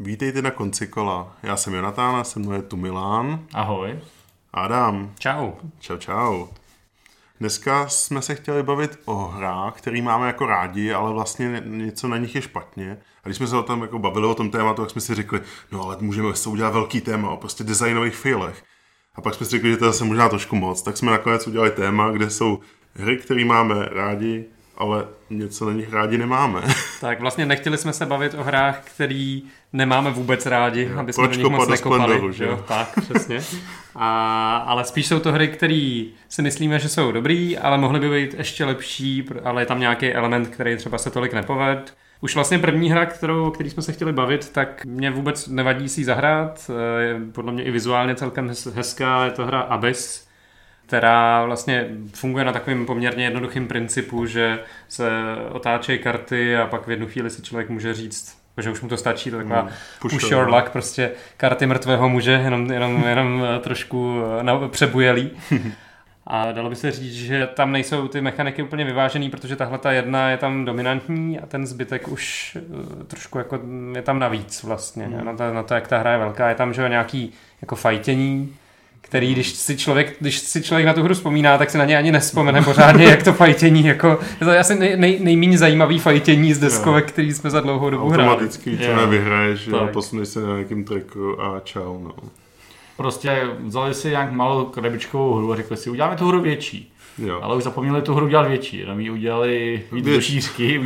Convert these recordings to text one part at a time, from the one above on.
Vítejte na konci kola. Já jsem Jonatán a se mnou je tu Milan. Ahoj. Adam. Čau. Čau. Dneska jsme se chtěli bavit o hrách, který máme jako rádi, ale vlastně něco na nich je špatně. A když jsme se o tom jako bavili o tom tématu, tak jsme si řekli, no ale můžeme se udělat velký téma o prostě designových failech. A pak jsme si řekli, že to je zase možná trošku moc. Tak jsme nakonec udělali téma, kde jsou hry, které máme rádi, ale něco na nich rádi nemáme. Tak vlastně nechtěli jsme se bavit o hrách, který nemáme vůbec rádi, aby jsme do nich moc nekopali. Splendoru, že? Jo, tak, přesně. Ale spíš jsou to hry, které si myslíme, že jsou dobrý, ale mohly by být ještě lepší, ale je tam nějaký element, který třeba se tolik nepoved. Už vlastně první hra, který jsme se chtěli bavit, tak mě vůbec nevadí si ji zahrát. Je podle mě i vizuálně celkem hezká, je to hra Abyss, která vlastně funguje na takovém poměrně jednoduchém principu, že se otáčejí karty a pak v jednu chvíli si člověk může říct, že už mu to stačí, to taková push your luck, prostě karty mrtvého muže, jenom trošku přebujelý. A dalo by se říct, že tam nejsou ty mechaniky úplně vyvážený, protože tahle ta jedna je tam dominantní a ten zbytek už trošku jako je tam navíc vlastně. Na to, jak ta hra je velká, je tam že nějaký jako fajtění, který, když si člověk na tu hru vzpomíná, tak si na ně ani nevzpomene pořádně, jak to fajtění, jako, to je asi nejméně zajímavý fajtění z deskovek, který jsme za dlouhou dobu hráli. Automaticky to nevyhraješ, posuneš se na nějakým tracku a čau, no. Prostě vzali si nějak malou krabičkovou hru a řekli si, uděláme tu hru větší. Jo. Ale už zapomněli tu hru udělat větší, jenom ji udělali víc do šířky,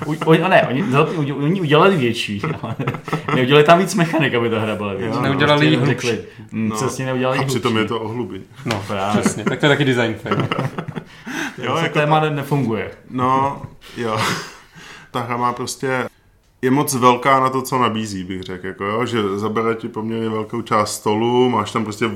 oni udělali větší, ale neudělali tam víc mechanik, aby ta hra byla větší. Neudělali ji hlubší. Přesně neudělali hlubší. A přitom je to o hlubin. No, přesně, tak to je taky design fail. Jo, jako téma nefunguje. No, jo. Ta hra má prostě... Je moc velká na to, co nabízí, bych řekl, jako jo, že zabere ti poměrně velkou část stolu, máš tam prostě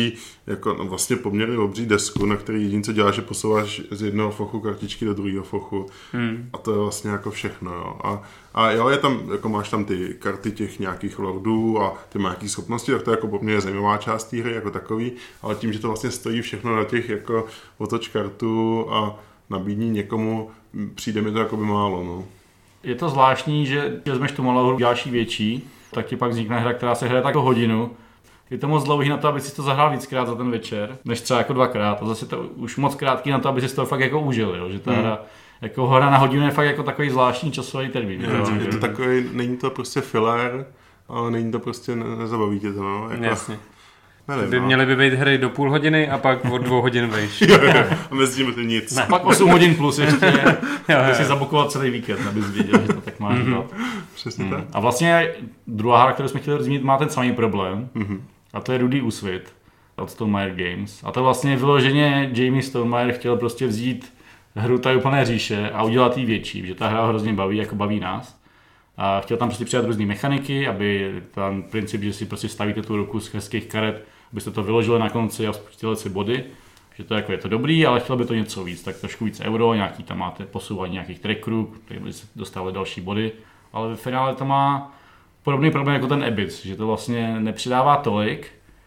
vlastně poměrně obří desku, na který jediné, co děláš, že posouváš z jednoho fochu kartičky do druhého fochu. A to je vlastně jako všechno, jo. A jo, je tam, jako máš tam ty karty těch nějakých lordů a ty má nějaký schopnosti, tak to je jako poměrně zajímavá část té hry jako takový, ale tím, že to vlastně stojí všechno na těch jako otoč kartu a nabídní někomu, přijde mi to jako by málo, no. Je to zvláštní, že vezmeš tu malou hru, děláš ji větší, tak ti pak vznikne hra, která se hraje tak hodinu. Je to moc dlouhý na to, aby si to zahrál víckrát za ten večer, než třeba jako dvakrát. A zase to už moc krátký na to, aby si to fakt jako užil, jo? Že ta hra na hodinu je fakt jako takový zvláštní časový termín. Je to takový, není to prostě filler, ale není to prostě, nezabaví tě to, no. Jako, jasně. Měly by být hry do půl hodiny a pak od 2 hodin vejš. A mezi tím nic. Ne, pak 8 hodin plus ještě, aby si zabukovat celý víkend, abys věděl, že to tak máš dělat. Přesně tak. A vlastně druhá hra, kterou jsme chtěli zmínit, má ten samý problém. A to je Rudý úsvit od Stonemaier Games. A to vlastně vyloženě Jamie Stonemaier chtěl prostě vzít hru té úplné říše a udělat ji větší, že ta hra hrozně baví, jako baví nás. A chtěl tam prostě přidat různé mechaniky, aby tam princip, že si prostě stavíte tu ruku z hezkých karet, abyste to vyložili na konci a spustili si body, že to jako je to dobrý, ale chtěl by to něco víc, tak trošku víc euro, nějaký tam máte posouvání nějakých trackerů, které by se dostávali další body, ale ve finále to má podobný problém jako ten Abyss, že to vlastně nepřidává tolik,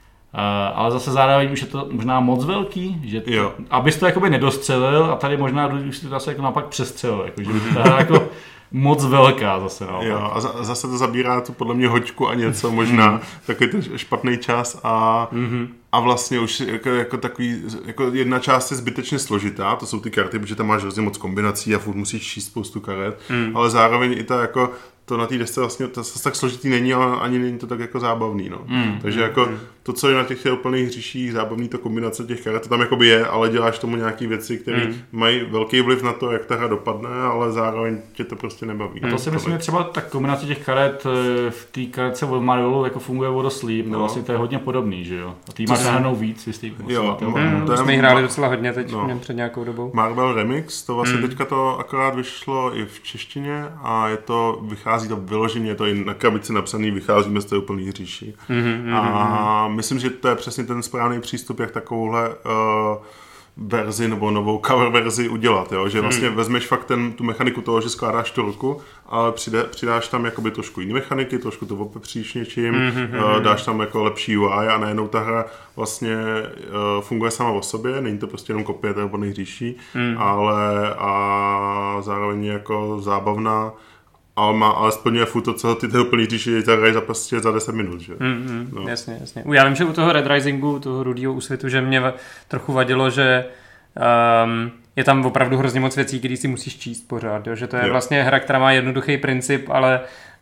ale zase zároveň už je to možná moc velký, že abys to jakoby nedostřelil a tady možná už si to zase jako naopak přestřelil, jako, že by ta hra jako moc velká zase. No. Jo, a zase to zabírá tu podle mě hoďku a něco možná, takový ten špatný čas a vlastně už jako takový, jako jedna část je zbytečně složitá, to jsou ty karty, protože tam máš hrozně moc kombinací a furt musíš číst spoustu karet, ale zároveň i ta jako to na té desce vlastně to tak složitý není, ale ani není to tak jako zábavný, no. Takže jako to, co je na těch úplných hříších zábavný, to kombinace těch karet, to tam jakoby je, ale děláš tomu nějaký věci, které mají velký vliv na to, jak ta hra dopadne, ale zároveň tě to prostě nebaví. A to si myslím, že třeba ta kombinace těch karet v té karetce od Marvelu jako funguje o dost líp, no. Vlastně to je hodně podobný, že jo. A ty máš nahranou víc, jestli to jsme hráli docela hodně teď před nějakou dobou. Marvel Remix, to vlastně teďka to akorát vyšlo i v češtině a je to vychází to vyloženě, je to i na krabici napsaný, vycházíme z té úplný říši. A myslím, že to je přesně ten správný přístup, jak takovouhle verzi nebo novou cover verzi udělat, jo? Že vlastně vezmeš fakt tu mechaniku toho, že skládáš tu ruku, ale přidáš tam jakoby trošku jiný mechaniky, trošku to opepříš něčím, dáš tam jako lepší UI a najednou ta hra vlastně funguje sama o sobě, není to prostě jenom kopie té říší, ale a zároveň jako zábavná ale splňuje furt to, co ty toho plný říši zahrají za 10 minut, že? No. Jasně. Já vím, že u toho Red Risingu, toho Rudýho úsvitu, že mě trochu vadilo, že je tam opravdu hrozně moc věcí, které si musíš číst pořád, jo? Že to je vlastně hra, která má jednoduchý princip, ale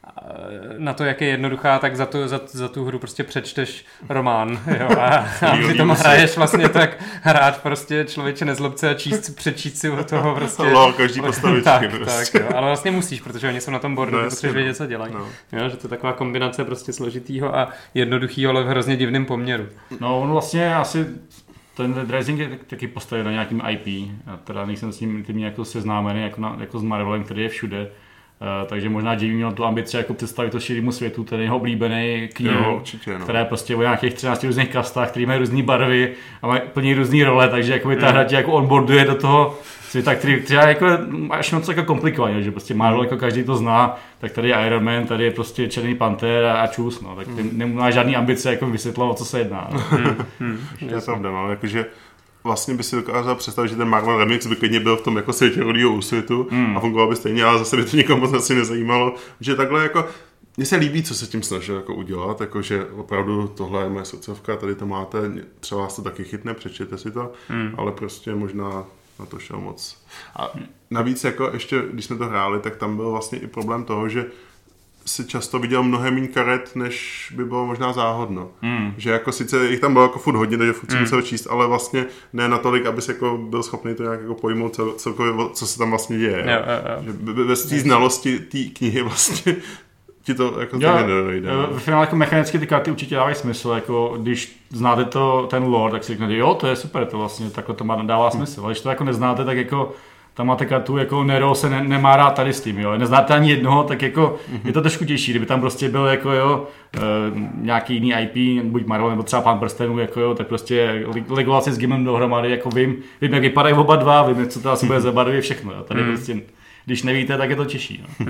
na to, jak je jednoduchá, tak za tu hru prostě přečteš román, jo, a ty tomu hraješ vlastně tak hrát prostě člověče nezlobce a přečíst si od toho prostě. Každý postavičky prostě. Tak, jo, ale vlastně musíš, protože oni jsou na tom boardu, potřebuješ vědět, co dělají. Jo, že to je taková kombinace prostě složitýho a jednoduchýho, ale v hrozně divném poměru. No, on vlastně asi ten Red Rising je taky postaven na nějakým IP, já teda nejsem s ním jako seznámený, jako s Marvelem, který je všude. Takže možná Jamie měl tu ambici jako představit to širému světu, ten jeho oblíbený knihu, která je prostě o nějakých 13 různých kastách, který mají různé barvy a mají plní různé role, takže jakoby ta hra tě jako onboarduje do toho světa, který třeba jako až moc jako komplikovaný, že prostě Marvel jako každý to zná, tak tady je Iron Man, tady je prostě Černý panter a čus, no, tak nemá žádný ambice jako vysvětlovat, o co se jedná. To je pravda, no, jakože vlastně by si dokázal představit, že ten Marvel Remix by klidně byl v tom jako světě Rudýho úsvitu a fungoval by stejně, ale zase by to nikomu moc asi nezajímalo, že takhle jako mně se líbí, co se tím snažil jako udělat, jakože opravdu tohle je moje srdcovka, tady to máte, třeba vás to taky chytne, přečtěte si to, ale prostě možná na to šel moc. A navíc jako ještě, když jsme to hráli, tak tam byl vlastně i problém toho, že si často viděl mnohem méně karet, než by bylo možná záhodno. Že jako sice jich tam bylo jako furt hodně, takže furt si musel číst, ale vlastně ne natolik, abys jako byl schopný to nějak jako pojmout celkově, co se tam vlastně děje. Jo. Že bez té znalosti té knihy vlastně ti to jako nedojde. V finále jako mechanicky ty karty určitě dávají smysl, jako když znáte ten lore, tak si řeknete, jo, to je super, to vlastně takhle to dává smysl, ale když to jako neznáte, tak jako tam máte kartu, jako Nero se nemá rád tady s tím, jo. Neznáte ani jednoho, tak jako je to trošku těžší, kdyby tam prostě byl jako jo, nějaký jiný IP, buď Marvel nebo třeba Pán prstenů, jako jo, tak prostě Legolas s Gimlem dohromady, jako vím, jak vypadají oba dva, vím, co to asi bude za barvy, všechno, jo. Tady prostě, když nevíte, tak je to těžší, no.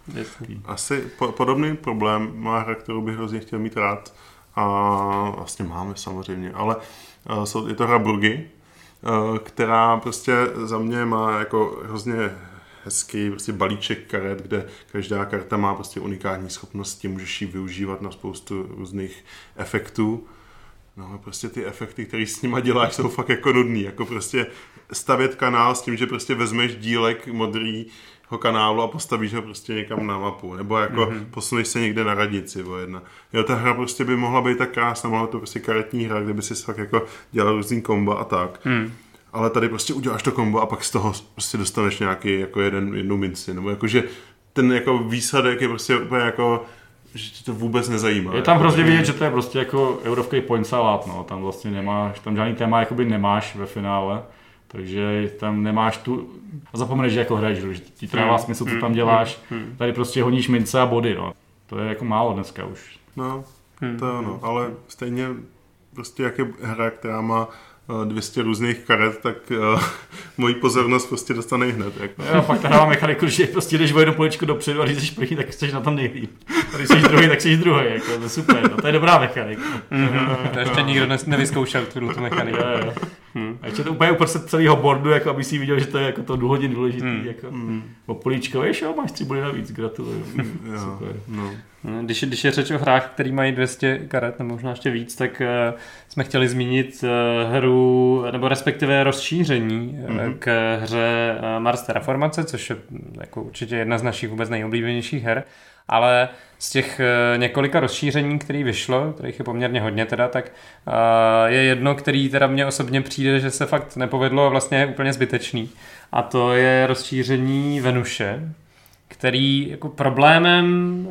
Asi podobný problém má hra, kterou bych hrozně chtěl mít rád, a vlastně máme samozřejmě, ale je to hra Burgy, která prostě za mě má jako hrozně hezký prostě balíček karet, kde každá karta má prostě unikátní schopnosti, můžeš ji využívat na spoustu různých efektů. No a prostě ty efekty, které s nima děláš, jsou fakt jako nudný, jako prostě stavět kanál s tím, že prostě vezmeš dílek modrýho kanálu a postavíš ho prostě někam na mapu, nebo jako posuneš se někde na radnici o jedna. Jo, ta hra prostě by mohla být tak krásná, mohla to prostě karetní hra, kde by si fakt jako dělal různý kombo a tak. Ale tady prostě uděláš to kombo a pak z toho prostě dostaneš nějaký jako jednu minci, nebo jakože ten jako výsledek je prostě úplně jako, že ti to vůbec nezajímá. Je tam hrozně vidět, že to je prostě jako eurovský point salát, no, tam vlastně nemáš, tam žádný téma jakoby nemáš ve finále. Takže tam nemáš tu... A zapomeneš, že jako hraješ, že ti to dává smysl, co tam děláš. Tady prostě honíš mince a body, no. To je jako málo dneska už. No, to je ono. Ale stejně prostě jak je hra, která má 200 různých karet, tak moji pozornost prostě dostane hned. Jako. Já pak ta hra mechaniku, že prostě jdeš o jednu poličku dopředu a když jsi první, tak jsi na tom nejlíp. A když jsi druhý, tak jsi druhý. Jako, to je super, no. To je dobrá mechanika. To ještě nikdo nevyzkoušel tu mechaniku. A ještě to úplně uprostřed celého boardu, jako aby si viděl, že to je jako to hodně důležitý. Jako. O políčko, víš, jo, máš 3 body navíc, gratuluju. Super. No. Když je řeč o hrách, který mají 200 karet, nebo možná ještě víc, tak jsme chtěli zmínit hru, nebo respektive rozšíření k hře Mars Terraformace, což je jako určitě jedna z našich vůbec nejoblíbenějších her. Ale z těch několika rozšíření, který vyšlo, kterých je poměrně hodně teda, tak je jedno, který teda mně osobně přijde, že se fakt nepovedlo a vlastně je úplně zbytečný. A to je rozšíření Venuše, který jako problémem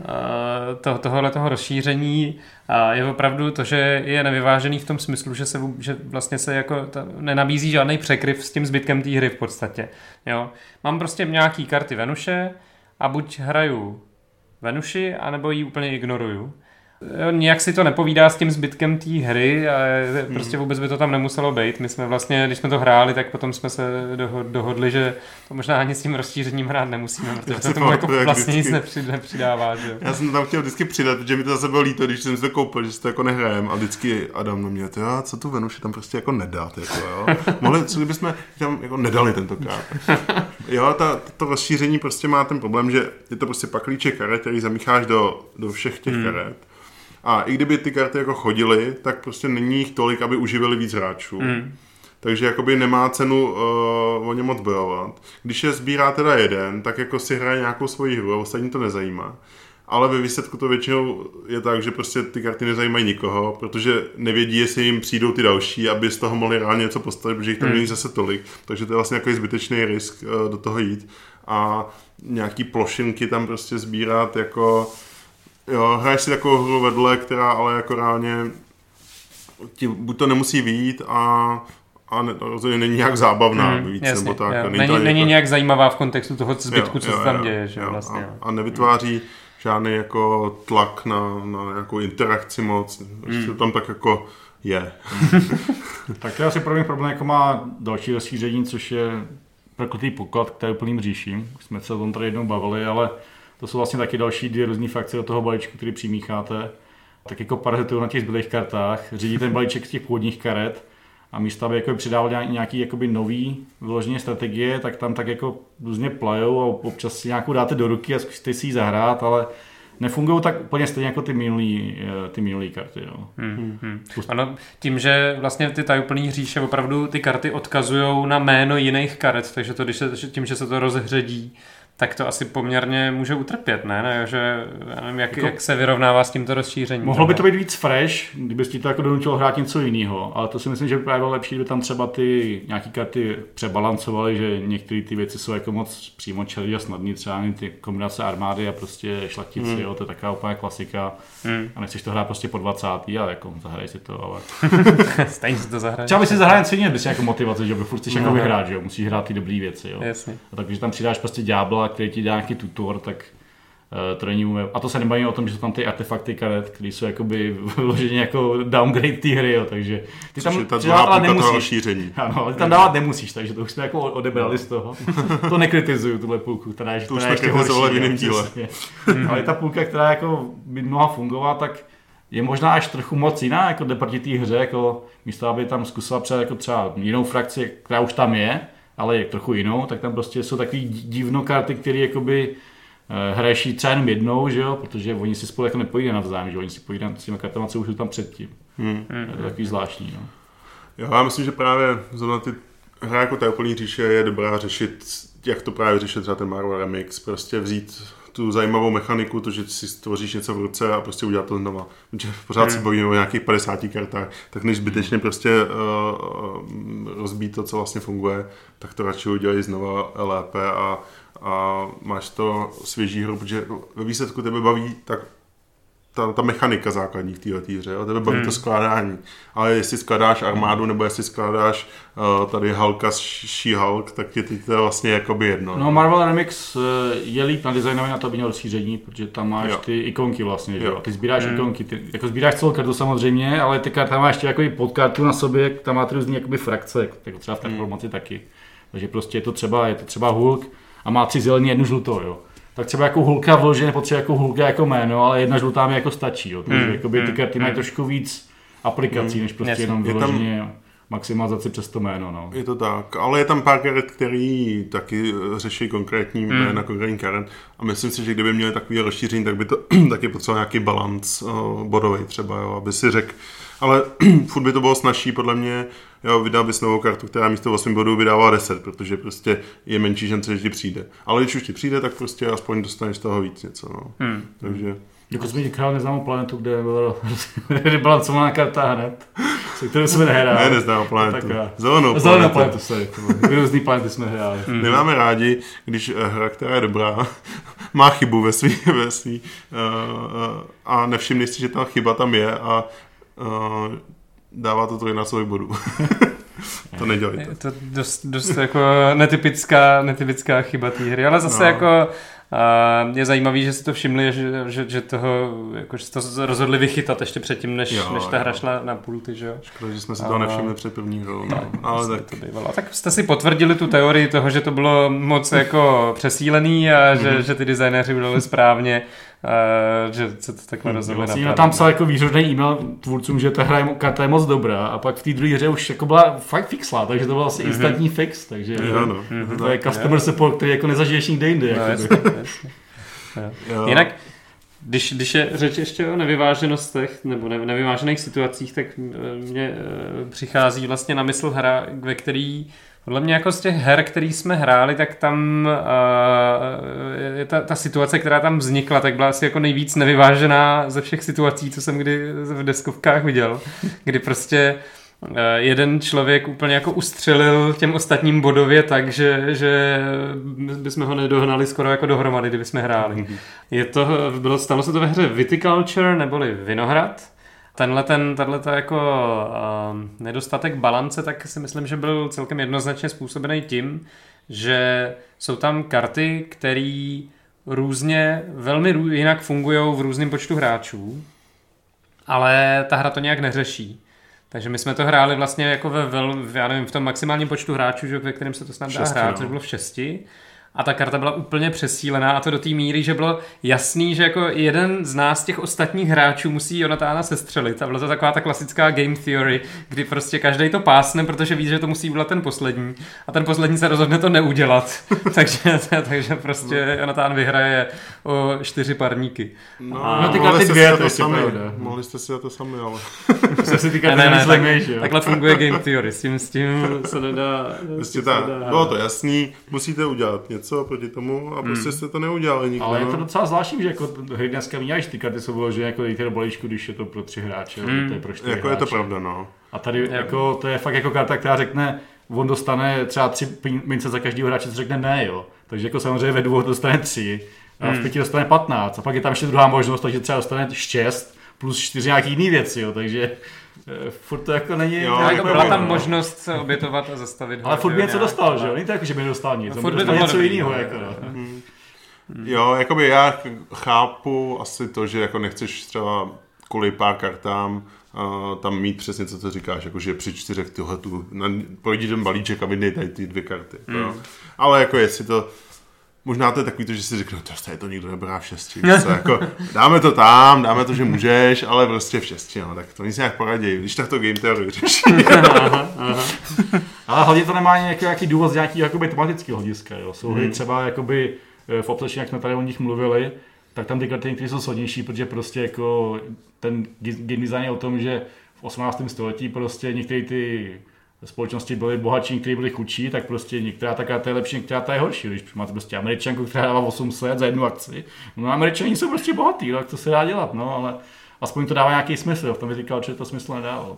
tohoto rozšíření je opravdu to, že je nevyvážený v tom smyslu, že vlastně se jako nenabízí žádný překryv s tím zbytkem té hry v podstatě. Jo? Mám prostě nějaký karty Venuše a buď hraju Venuši, anebo ji úplně ignoruju. Nijak si to nepovídá s tím zbytkem té hry a prostě vůbec by to tam nemuselo být. My jsme vlastně, když jsme to hráli, tak potom jsme se dohodli, že to možná ani s tím rozšířením hrát nemusíme, protože to tomu jako vlastně nic nepřidává. Že? Já jsem to tam chtěl vždycky přidat, protože mi to zase bylo líto, když jsem si to koupil, že si to jako nehrajem a vždycky Adam na mě, co tu Venuši tam prostě jako nedát, jako jo. Co kdybychom tam jako nedali tentokrát. Jo, to rozšíření prostě má ten problém, že je to prostě paklíček karet, který zamícháš do všech těch karet. A i kdyby ty karty jako chodily, tak prostě není jich tolik, aby uživili víc hráčů. Takže jakoby nemá cenu o ně moc bojovat. Když je sbírá teda jeden, tak jako si hraje nějakou svoji hru a ostatní to nezajímá. Ale ve výsledku to většinou je tak, že prostě ty karty nezajímají nikoho, protože nevědí, jestli jim přijdou ty další, aby z toho mohli reálně něco postavit, protože jich tam není zase tolik. Takže to je vlastně jako zbytečný risk do toho jít. A nějaký plošinky tam prostě sbírat jako... Jo, hraješ si takovou hru vedle, která ale jako reálně ti buď to nemusí vyjít a rozhodně není nějak zábavná víc, jasně, nebo tak. Není nějak zajímavá v kontextu toho zbytku, co se tam děje. Že vlastně, a nevytváří žádný jako tlak na nějakou interakci moc. To tam tak jako je. Tak to je asi pro mě problém, jako má další rozšíření, což je prokletý poklad, který je úplným říším. Už jsme se o tom tady jednou bavili, ale to jsou vlastně taky další dvě různý frakce do toho balíčku, který přimícháte. Tak jako parazitují na těch zbylých kartách, řídí ten balíček z těch původních karet a místo, aby jako přidával nějaký jakoby nový vyloženě strategie, tak tam tak jako různě plajou a občas si nějakou dáte do ruky a zkusíte si ji zahrát, ale nefungují tak úplně stejně jako ty minulý karty. No. Ano, tím, že vlastně ty tajuplný hříše opravdu ty karty odkazujou na jméno jiných karet, takže to, tím, že se to rozhředí, tak to asi poměrně může utrpět, ne? Že já nevím, jak se vyrovnává s tímto rozšířením. Mohlo by to být víc fresh, kdyby ti to jako donutilo hrát něco jiného, ale to si myslím, že by právě bylo lepší, kdyby tam třeba ty nějaký karty přebalancovaly, že některé ty věci jsou jako moc přímočaré a snadný, třeba ty kombinace armády a prostě šlachtici, jo, to je taková úplně klasika. A nechceš to hrát prostě po 20. ale jako zahraj si to, ale... Stejně si to zahraj. Třeba by si zahrál něco jiného, bys jako motivace, že by furt chceš jako vyhrát, že jo, musíš hrát ty dobré věci, jo. Jasně. A takže tam přidáš prostě ďábla, který ti dá nějaký tutor, tak to není umím. A to se nebavíme o tom, že jsou tam ty artefakty karet, které jsou jakoby vloženě jako downgrade té hry, jo, takže ty tam dávat nemusíš. Ano, ty tam dávat nemusíš, takže to už jsme jako odebrali z toho. To nekritizuju, tuhle půlku, která je ještě horší. V jiném díle. Ale ta půlka, která jako by mohla fungovat, tak je možná až trochu moc jiná, jako jde proti té hře, jako místo, aby tam zkusila třeba jinou frakci, která už tam je, ale je trochu jinou, tak tam prostě jsou takový divno karty, které jakoby hraješ třeba jenom jednou, že jo, protože oni si spolu jako nepojídají navzájem, že oni si pojídají s těmi kartama, co už jsou tam předtím. Je to takový zvláštní, no. Jo, já myslím, že právě zrovna ty hra jako tajuplný říše je dobrá řešit, jak to právě řešit třeba ten Marvel Remix, prostě vzít tu zajímavou mechaniku, to, že si stvoříš něco v ruce a prostě udělat to znova. Protože pořád se bavíme o nějakých 50 kartách, tak než zbytečně prostě rozbít to, co vlastně funguje, tak to radši udělají znova lépe a máš to svěží hru, protože ve výsledku tebe baví tak ta mechanika základní v této hře, tebe baví to skládání. Ale jestli skládáš armádu, nebo jestli skládáš tady Hulka z She-Hulk, tak ti to je vlastně jakoby jedno. No Marvel Remix je líp nadizajnovaný na to, aby měl rozšíření, protože tam máš ty ikonky vlastně, že jo? A ty sbíráš ikonky, ty jako sbíráš celou kartu samozřejmě, ale ty karta má ještě jakoby podkartu na sobě, tam má ty různý jakoby frakce, jako třeba v Transformaci taky. Takže prostě je to třeba Hulk a má 3 zelený, 1 žlutou, jo. Tak třeba jako Hulka vloženě nepotřebuje jako Hulka jako jméno, ale 1 žlutá mi jako stačí, jo. Takže ty karty mají trošku víc aplikací, než prostě jenom vyloženě maximalizaci přes to jméno, no. Je to tak, ale je tam pár karet, který taky řeší konkrétní jména, konkrétní karet a myslím si, že kdyby měli takový rozšíření, tak by to taky potřeboval nějaký balanc bodový třeba, jo, aby si řekl, ale furt by to bylo snazší podle mě, jo, vydal bys novou kartu, která místo 8 bodů vydává 10, protože prostě je menší šance, že ti přijde. Ale když už ti přijde, tak prostě aspoň dostaneš toho víc něco, no. Takže... Jako jsme král neznámou planetu, kde byla vybalancovaná karta hned, se kterou jsme nehráli. Ne, neznámou planetu. Zelenou planetu, sorry. Různý planety jsme hráli. Nemáme rádi, když hra, která je dobrá, má chybu ve svý a nevšimni si, že ta chyba tam je a dává to trojnásobek bodů. To nedělejte. To je dost jako netypická chyba té hry, ale zase jako je zajímavý, že si to všimli, že toho, jako, že to rozhodli vychytat ještě předtím, než ta hra šla na pulty, že jo? Škoda, že jsme si toho nevšimli před první hrou. Ale tak jste si potvrdili tu teorii toho, že to bylo moc jako přesílený a že ty designéři udělali správně, že se to takhle rozhodli. Vlastně tam psal jako výřečný e-mail tvůrcům, že ta karta je moc dobrá a pak v té druhé hře už jako byla fakt fixla, takže to byl vlastně instantní fix, takže to je customer support, který jako nezažiješ nikde jinde. No, jasně. Jinak, když je řeč ještě o nevyváženostech nebo nevyvážených situacích, tak mě přichází vlastně na mysl hra, ve který podle mě jako z těch her, který jsme hráli, tak tam ta situace, která tam vznikla, tak byla asi jako nejvíc nevyvážená ze všech situací, co jsem kdy v deskovkách viděl, kdy prostě jeden člověk úplně jako ustřelil těm ostatním bodově tak, že bychom ho nedohnali skoro jako dohromady, kdyby jsme hráli. Stalo se to ve hře Viticulture neboli Vinohrad. Tato jako nedostatek balance, tak si myslím, že byl celkem jednoznačně způsobený tím, že jsou tam karty, které různě, velmi jinak fungují v různém počtu hráčů, ale ta hra to nějak neřeší. Takže my jsme to hráli vlastně jako v tom maximálním počtu hráčů, ve kterém se to snad dá hrát, což bylo v 6. A ta karta byla úplně přesílená a to do té míry, že bylo jasný, že jako jeden z nás těch ostatních hráčů musí Jonatána sestřelit. A byla to taková ta klasická game theory, kdy prostě každej to pásne, protože ví, že to musí udělat ten poslední. A ten poslední se rozhodne to neudělat. takže prostě Jonatán vyhraje o 4 parníky. Ty karty 2, to je mohli jste si to sami, ale... Takhle funguje game theory, s tím se nedá... Bylo to jasný, musíte udělat něco proti tomu a prostě jste to neudělali nikdo. Ale je to docela zvláštní, že jako hry dneska víš, ty karty jsou vyložené jako dejte do balíčku, když je to pro 3 hráče, to je pro 4 jako hráče. Je to pravda, no. A tady jako, to je fakt jako karta, která řekne, on dostane třeba 3 mince za každého hráče, co řekne ne, jo. Takže jako samozřejmě ve 2 dostane 3, a v 5 dostane 15, a pak je tam ještě druhá možnost, takže třeba dostane 6 plus 4 nějaký jiný věci, jo, takže furt to jako není... Byla tam možnost se obětovat a zastavit. Ale furt by něco dostal, že jo? Není to jako, že by nedostal nic, on by dostal něco jiného. Jo, jakoby já chápu asi to, že jako nechceš třeba kvůli pár kartám tam mít přesně co říkáš, jakože při 4 projdi ten balíček a vydej tady ty 2 karty. Ale jako jestli to... Možná to je takový to, že si řekne, to je to nikdo nebrá v 6. Jako, dáme to tam, dáme to, že můžeš, ale prostě v 6. No, tak to nic nějak poradí, když tak to game theory řeší. Ale hlavně to nemá nějaký důvod z nějakého tematického hlediska. Jo. Jsou hry třeba jakoby, v Obsession, jak jsme tady o nich mluvili, tak tam ty karty některé jsou shodnější, protože prostě jako ten game design je o tom, že v 18. století prostě některé ty společnosti byly bohatší, některé byly chudší, tak prostě některá ta karta je lepší, některá ta je horší. Když máte prostě Američanku, která dává 800 za jednu akci, no Američani jsou prostě bohatý, tak to se dá dělat, no, ale aspoň to dává nějaký smysl, v tom Viticulture to smysl nedávalo.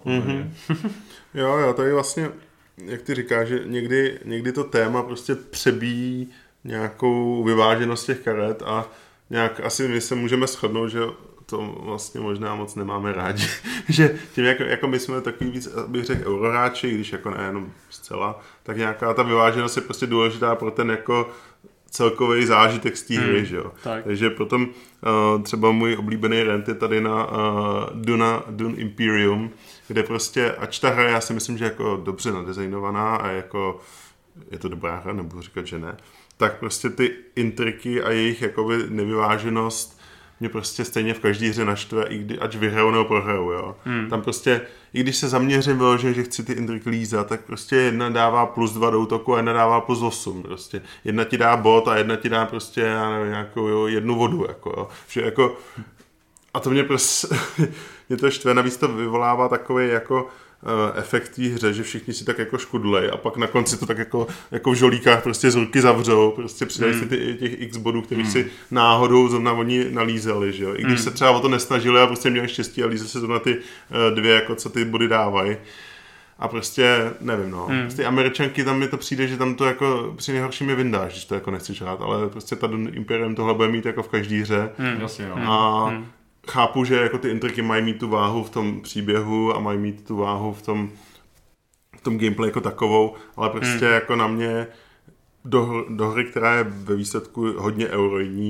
Jo, tady vlastně, jak ty říkáš, že někdy to téma prostě přebíjí nějakou vyváženost těch karet a nějak asi my se můžeme shodnout, že to vlastně možná moc nemáme rádi, že tím jako my jsme takový víc, bych řekl, eurohráči, když jako nejenom zcela, tak nějaká ta vyváženost je prostě důležitá pro ten jako celkový zážitek z té hry, že jo. Takže potom třeba můj oblíbený rant je tady na Dune Imperium, kde prostě, ač ta hra, já si myslím, že jako dobře nadizajnovaná a jako je to dobrá hra, nebudu říkat, že ne, tak prostě ty intriky a jejich jakoby nevyváženost mě prostě stejně v každé hře naštve, ať vyhrajou nebo prohrajou, jo. Tam prostě, i když se zaměřím vyloženě, že chci ty intriky lízat, tak prostě jedna dává +2 do útoku a jedna dává +8, prostě. Jedna ti dá bod a jedna ti dá prostě, já nevím, nějakou jednu vodu, jako, jo. Že jako, a to mě prostě, mě to štve, navíc to vyvolává takový jako efekt té hře, že všichni si tak jako škudlej a pak na konci to tak jako v žolíkách prostě z ruky zavřou, prostě přidají si těch x bodů, kterých si náhodou zrovna oni nalízeli, že jo. I když se třeba o to nesnažili a prostě měli štěstí a lízeli se zrovna ty 2, jako co ty body dávají. A prostě, nevím, no. Prostě Američanky, tam mi to přijde, že tam to jako při nejhorším je vyndáš, když to jako nechceš hrát, ale prostě ta Imperium tohle bude mít jako v každý hře. Jasně, no. A chápu, že jako ty intriky mají mít tu váhu v tom příběhu a mají mít tu váhu v tom gameplay jako takovou, ale prostě jako na mě do hry, která je ve výsledku hodně euroidní,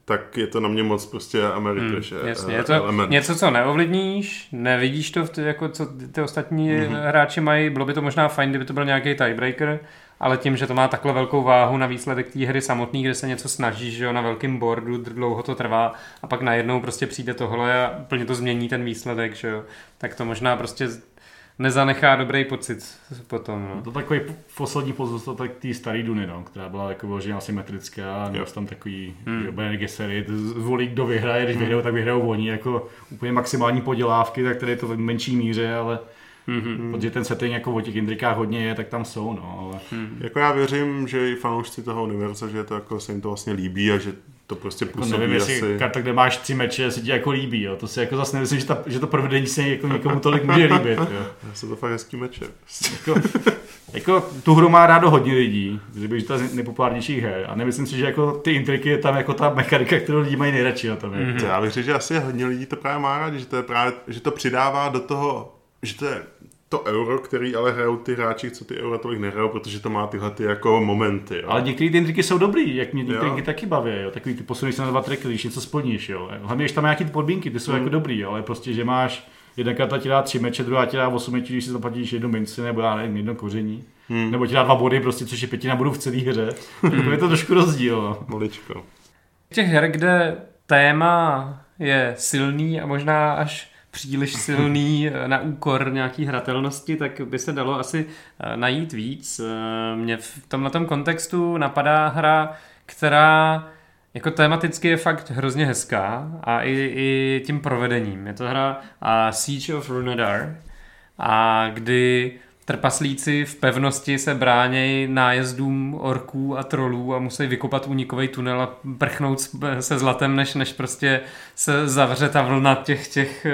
tak je to na mě moc prostě Ameritrash. Jasně, je to element. Něco, co neovlivníš, nevidíš to, jako co ty ostatní hráči mají, bylo by to možná fajn, kdyby to byl nějaký tiebreaker, ale tím, že to má takhle velkou váhu na výsledek té hry samotný, kde se něco snažíš, že jo, na velkém boardu, dlouho to trvá a pak najednou prostě přijde tohle a úplně to změní ten výsledek, že jo, tak to možná prostě nezanechá dobrý pocit potom. No. To takový poslední pozůstatek té staré Duny, no, která byla jako vloženě asymetrická a měl tam takový gesery, zvolí kdo vyhraje, když vyhrajou, tak vyhrajou oni, jako úplně maximální podělávky, tak tady je to v menší míře, ale protože ten setting jako o těch intrikách hodně je, tak tam jsou, no. Ale... Jako já věřím, že i fanoušci toho univerza, že to jako se jim to vlastně líbí a že to prostě působí jako nevím, asi... Karta, kde máš 3 meče, se ti jako líbí, jo. To si jako zase nemyslím, že to provedení se jako někomu tolik může líbit, jo. Jsou to fakt hezký meče. Jako tu hru má rádo hodně lidí, kdyby to z nejpopulárnějších her a nemyslím si, že jako ty intriky je tam jako ta mechanika, kterou lidi mají nejradši na tom. Já bych řekl, že asi hodně lidí to právě má rádi, že to je právě, že to přidává do toho, že to je to euro, který ale hrajou ty hráči, co ty euro tolik nehrajou, protože to má tyhle ty jako momenty. Jo. Ale některé ty intriky jsou dobrý, jak mě některé taky baví, jo. Takový ty posuneš se na 2 tracky, když něco splníš, jo. Hlavně, když tam nějaký ty podmínky, ty jsou jako dobrý, jo, ale prostě, že máš jedna karta ti dá 3 meče, druhá ti dá 8 mečů, když si zaplatíš 1 minci, nebo já nevím, 1 koření. Nebo ti dá 2 body, prostě, což je 5 bodů v celé hře. Je to trošku rozdíl. Maličko. Těch her, kde téma je silný a možná až příliš silný na úkor nějaký hratelnosti, tak by se dalo asi najít víc. Mně v tomhletom kontextu napadá hra, která jako tematicky je fakt hrozně hezká a i tím provedením. Je to hra Siege of Runedar, a kdy trpaslíci v pevnosti se bránějí nájezdům orků a trolů a musí vykopat únikový tunel a prchnout se zlatem, než prostě se zavře ta vlna těch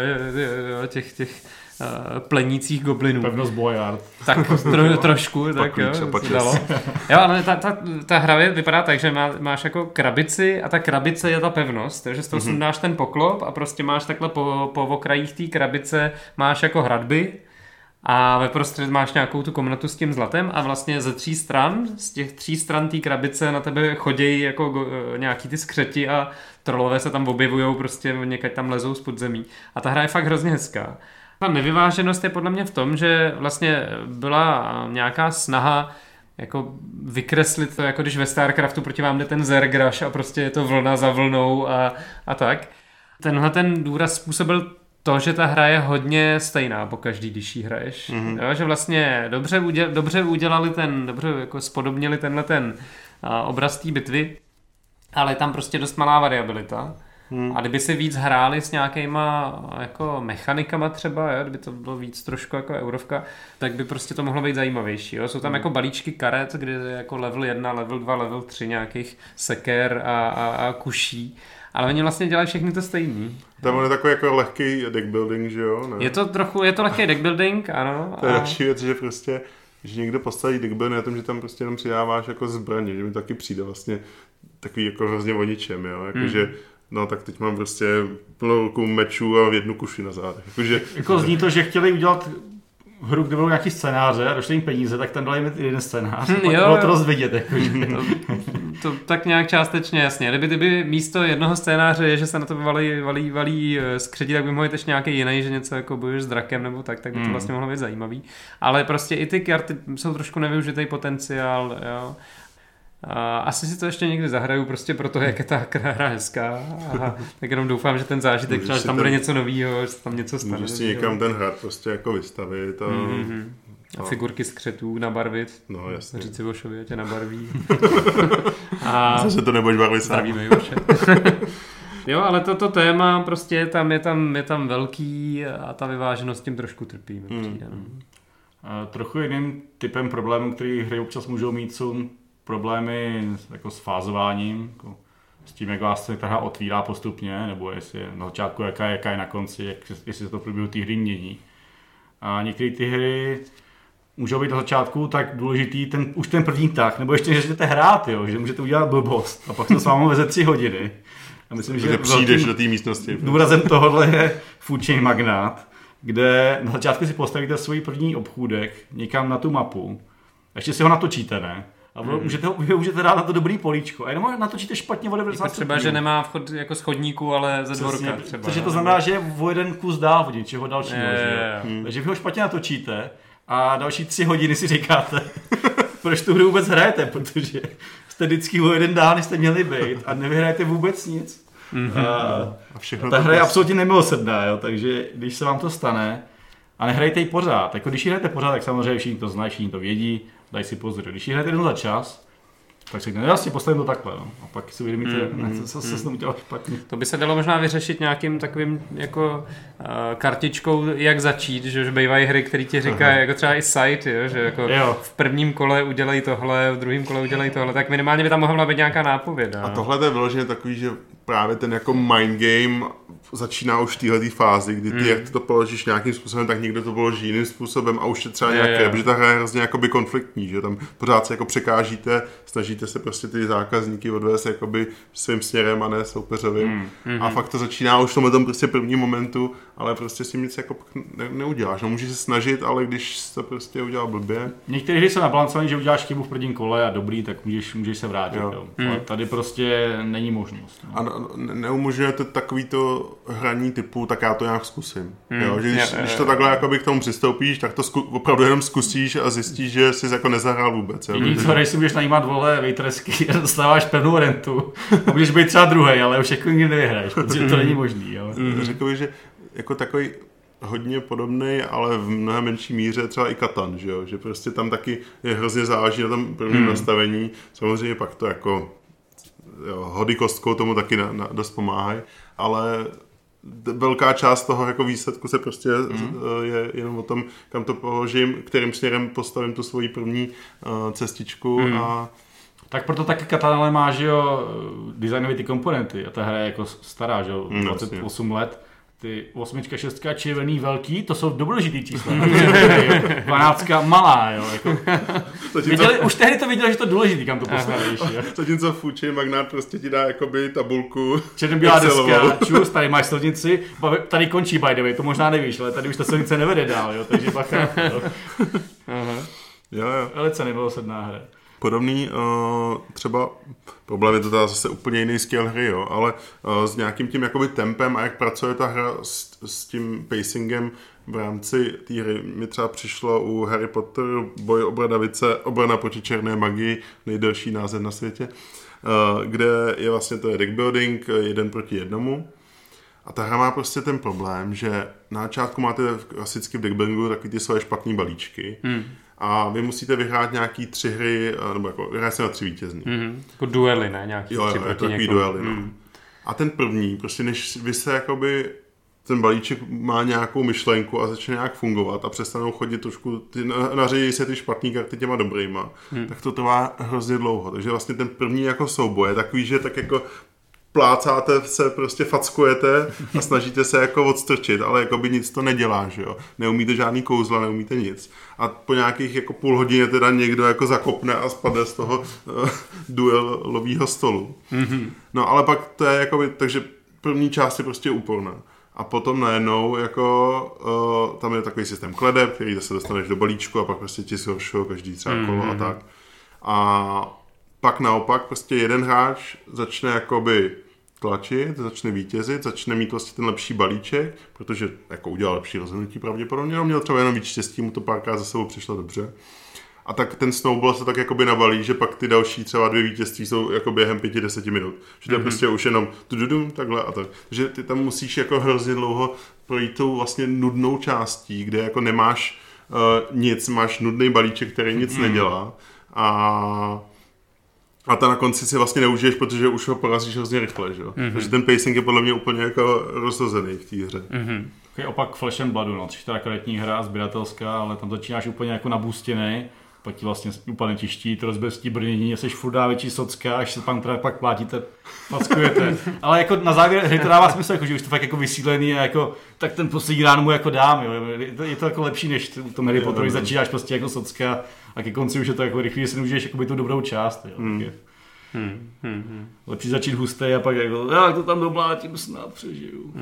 plenících goblinů. Pevnost Boyard. Tak trošku, tak jo, se dalo. Jo, ale ta hra vypadá tak, že máš jako krabici a ta krabice je ta pevnost, takže z toho sundáš ten poklop a prostě máš takhle po okrajích té krabice máš jako hradby a ve prostřed máš nějakou tu komnatu s tím zlatem a vlastně ze 3 stran, z těch 3 stran té krabice na tebe chodějí jako nějaký ty skřeti a trolové se tam objevujou, prostě někať tam lezou z podzemí. A ta hra je fakt hrozně hezká. Ta nevyváženost je podle mě v tom, že vlastně byla nějaká snaha jako vykreslit to, jako když ve StarCraftu proti vám jde ten Zergrash a prostě je to vlna za vlnou a tak. Tenhle ten důraz způsobil to, že ta hra je hodně stejná po každý, když ji hraješ. Jo, že vlastně dobře udělali dobře jako spodobnili tenhle obraz té bitvy, ale je tam prostě dost malá variabilita. A kdyby si víc hráli s nějakýma jako mechanikama třeba, jo, kdyby to bylo víc trošku jako eurovka, tak by prostě to mohlo být zajímavější. Jo. Jsou tam jako balíčky karet, kde je jako level 1, level 2, level 3 nějakých seker a kuší. Ale oni vlastně dělají všechny to stejný. Tam je takový jako lehký deck building, že jo? Ne? Je to lehký deck building, ano. To je další věc, že prostě, že někdo postaví deck building na tom, že tam prostě jenom přidáváš jako zbraně, že mi taky přijde vlastně takový jako hrozně o ničem, jo? Jakože no tak teď mám prostě plnou ruku mečů a 1 kuši na zádech. Jako zní to, že chtěli udělat hru, kde budou nějaký scénáře a došli jim peníze, tak tam dali mi 1 scénář. Pak bylo to rozvidět. Jakože. To tak nějak částečně, jasně. Kdyby místo jednoho scénáře je, že se na to valí skřeti, tak by mohli ještě nějaký jiný, že něco jako bojuješ s drakem nebo tak by to vlastně mohlo být zajímavý. Ale prostě i ty karty jsou trošku nevyužitý potenciál, jo. Asi si to ještě někdy zahraju prostě proto, jak je ta hra hezká. Tak jenom doufám, že ten zážitek třeba, že tam bude něco novýho, že tam něco stane. Můžeš si někam ten hrad prostě jako vystavit a figurky skřetů nabarvit. No jasně. Říct si Vošovi, tě nabarví. Zase to nebudeš barvit sám. Zdravíme Voše. Jo, ale toto téma prostě je tam velký a ta vyváženost tím trošku trpí. Trochu jiným typem problémů, který hry občas můžou mít, jsou problémy jako s fázováním, jako s tím, jak vás se ta hra otvírá postupně, nebo jestli je na začátku, jaká je na konci, jestli se to v průběhu té hry mění. A některé ty hry můžou být na začátku tak důležitý už ten první tah, nebo ještě než jdete hrát, jo, že můžete udělat blbost a pak to s vámi veze 3 hodiny. A myslím, že přijdeš do té místnosti. Důrazem tohohle je Food Chain Magnate, kde na začátku si postavíte svůj první obchůdek někam na tu mapu, ještě si ho natočíte, ne? A vy můžete dát na to dobrý políčko. A jenom natočíte špatně o 90 jako třeba, že nemá vchod jako z chodníku, ale ze dvorka třeba. Takže to znamená, že je o jeden kus dál od něčeho dalšího. Takže vy ho špatně natočíte a další 3 hodiny si říkáte, proč tu hru vůbec hrajete, protože jste vždycky o jeden dál, než jste měli být a nevyhrajete vůbec nic. A všechno ta hra je absolutně nemilosrdná, jo, takže když se vám to stane a nehrajte ji pořád, jako když ji hrajete pořád, tak samozřejmě všichni to znají, všichni to vědí, dají si pozor. Když ji hrajete jenom za čas, tak si vlastně postavím to takhle, no. A pak si uvědomíte, co se s tím udělal špatně. To by se dalo možná vyřešit nějakým takovým jako kartičkou, jak začít, že bývají hry, které ti říkají, jako třeba i site, jo, že jako v prvním kole udělej tohle, v druhém kole udělej tohle, tak minimálně by tam mohla být nějaká nápověda. A tohle je vyloženě takový, že právě ten jako mind game začíná už v téhletý fázi, kdy ty jak to položíš nějakým způsobem, tak někdo to položí jiným způsobem a už je třeba nějaké, protože ta hra je hrozně jakoby konfliktní, že tam pořád se jako překážíte, snažíte se prostě ty zákazníky odvést jakoby svým směrem a ne soupeřovým. A fakt to začíná už v tom prostě prvním momentu, ale prostě s tím nic jako neuděláš. No, můžeš se snažit, ale když to prostě udělal blbě. Některé hry jsou nabalancované, že uděláš chybu v prvním kole a dobrý, tak můžeš se vrátit. Jo. Ale tady prostě není možnost. No. A neumožňuje to takovýto hraní typu, tak já to nějak zkusím. Jo? Že když to takhle jakoby k tomu přistoupíš, tak to opravdu jenom zkusíš a zjistíš, že jsi jako nezahrál vůbec. Jediný co hraješ, si můžeš najímat wejtresky a dostáváš pevnou rentu. Můžeš být třeba druhej, ale už jako nikdy nevyhraješ, protože to není možný. Jo? Řekl bych, že jako takový hodně podobný, ale v mnohem menší míře třeba i Katan, že jo? Že prostě tam taky je hrozně záleží na tom prvním nastavení. Samozřejmě pak to jako hody kostkou tomu taky dost pomáhají, ale velká část toho jako výsledku se prostě je jenom o tom, kam to položím, kterým směrem postavím tu svoji první cestičku a tak proto taky Katan ale má, že jo, designový ty komponenty a ta hra je jako stará, že jo, 28 let. Ty 8, 6 červený velký, to jsou důležitý čísla. 12 malá, jo. Jako. Už tehdy to viděli, že to je důležitý, kam to postavíš. Zatímco Fuji Magnát prostě ti dá jakoby tabulku. Černobílá deska, čus, tady máš silnici, tady končí by the way, to možná nevíš, ale tady už ta silnice nevede dál, jo, takže bacha. Jo. Velice nemilosrdná hra. Podobný třeba problém je to teda zase úplně jiný skill hry, jo, ale s nějakým tím jakoby tempem a jak pracuje ta hra s tím pacingem v rámci té hry. Mi třeba přišlo u Harry Potter Boj o Bradavice, obrana proti černé magii, nejdelší název na světě, kde je vlastně to je deck building 1 proti 1. A ta hra má prostě ten problém, že na začátku máte klasicky v deck buildingu takový ty svoje špatný balíčky, a vy musíte vyhrát nějaký 3 hry, nebo jako vyhrát se na 3 vítězný. Jako duely, ne? Nějaký 3 proti takový duely, no. A ten první, prostě než vy se jakoby, ten balíček má nějakou myšlenku a začne nějak fungovat a přestanou chodit trošku, nařejí se ty špatný karty těma dobrýma, tak to trvá hrozně dlouho. Takže vlastně ten první jako souboj je takový, že tak jako plácáte se, prostě fackujete a snažíte se jako odstrčit, ale jako by nic to nedělá, že jo. Neumíte žádný kouzla, neumíte nic. A po nějakých jako půl hodině teda někdo jako zakopne a spadne z toho duelového stolu. No ale pak to je jako by, takže první část je prostě úporná. A potom najednou jako tam je takový systém kledeb, který se dostaneš do balíčku a pak prostě ti zhoršují každý třeba kolo a tak. A pak naopak prostě jeden hráč začne jakoby tlačit, začne vítězit, začne mít vlastně ten lepší balíček, protože jako udělal lepší rozhodnutí pravděpodobně, no měl třeba jenom víc štěstí, mu to párkrát za sebou přišlo dobře. A tak ten snowball se tak jakoby navalí, že pak ty další třeba 2 vítězství jsou jako během 5-10 minut. Že to je prostě už jenom takhle a tak. Takže ty tam musíš jako hrozně dlouho projít tou vlastně nudnou částí, kde jako nemáš nic, máš nudný balíček, který nic nedělá a ta na konci si vlastně neužiješ, protože už ho porazíš hrozně rychle, že jo? Takže ten pacing je podle mě úplně jako rozhozený v té hře. Takový opak Flesh and Bloodu, no, což je karetní hra, sběratelská, ale tam začínáš úplně jako nabůstěnej, pak ti vlastně úplně tištít, rozběstí brnění, jsi furt dá větší socka, až se pak plátíte, packujete. Ale jako na závěr hry to dává smysl, jako, že už to fakt jako vysílený a jako, tak ten poslední rán mu jako dám, jo. Je to jako lepší, než v tom Harry Potterovi začínáš prostě jako socka a ke konci už je to jako rychlý, že si neužiješ jakoby tu dobrou část, jo. Lepší začít hustej a pak jako, já to tam domlátím, snad přežiju.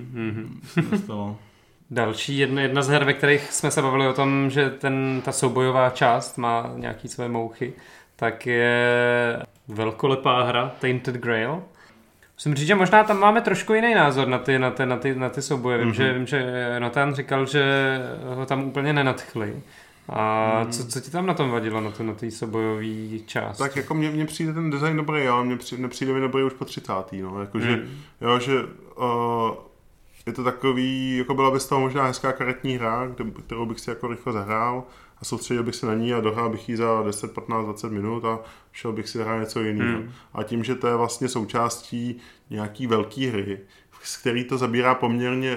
Další jedna z her, ve kterých jsme se bavili o tom, že ta soubojová část má nějaký své mouchy, tak je velkolepá hra Tainted Grail. Musím říct, že možná tam máme trošku jiný názor na ty souboje. Vím, že Nathan říkal, že ho tam úplně nenadchli. A co ti tam na tom vadilo, na té soubojové části? Tak jako mně přijde ten design dobrý, ale nepřijde mi dobrý už po 30. No. Jakože, jo, že je to takový, jako byla by z toho možná hezká karetní hra, kterou bych si jako rychle zahrál a soustředil bych se na ní a dohrál bych ji za 10, 15, 20 minut a šel bych si zahrát něco jiného. A tím, že to je vlastně součástí nějaký velký hry, z který to zabírá poměrně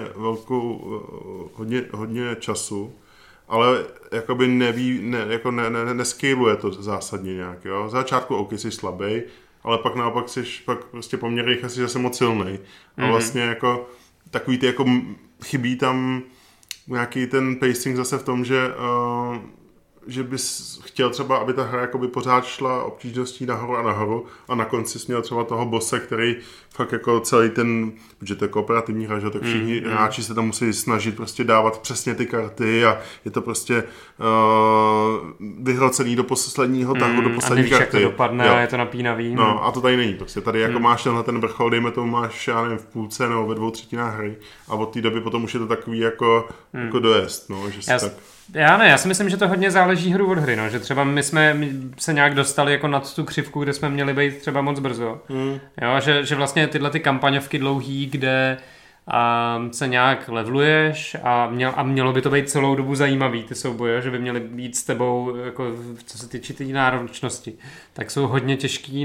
hodně času, ale jakoby neskaluje to zásadně nějak, jo. Za začátku OK, jsi slabý, ale pak naopak jsi pak prostě poměrně rychle jsi zase moc silnej. A vlastně jako takový ty jako chybí tam nějaký ten pacing zase v tom, že bys chtěl třeba, aby ta hra jakoby pořád šla obtížností nahoru a na konci jsi měl třeba toho bosse, který fakt jako celý ten, protože to je kooperativní hra, že tak všichni hráči se tam musí snažit prostě dávat přesně ty karty a je to prostě vyhrocený do posledního tahu, do poslední karty. A nevíš, jak to dopadne a je to napínavý. No a to tady není prostě. Tady jako máš tenhle ten vrchol, dejme tomu máš, já nevím, v půlce nebo ve 2/3 hry a od té doby potom už je to takový jako dojezd, no, že si tak... Já si myslím, že to hodně záleží hru od hry, no, že třeba my jsme se nějak dostali jako nad tu křivku, kde jsme měli být třeba moc brzo. Jo, že vlastně tyhle ty kampaňovky dlouhý, kde se nějak levluješ a mělo by to být celou dobu zajímavý ty souboje, že by měly být s tebou, jako, co se týče té náročnosti, tak jsou hodně těžký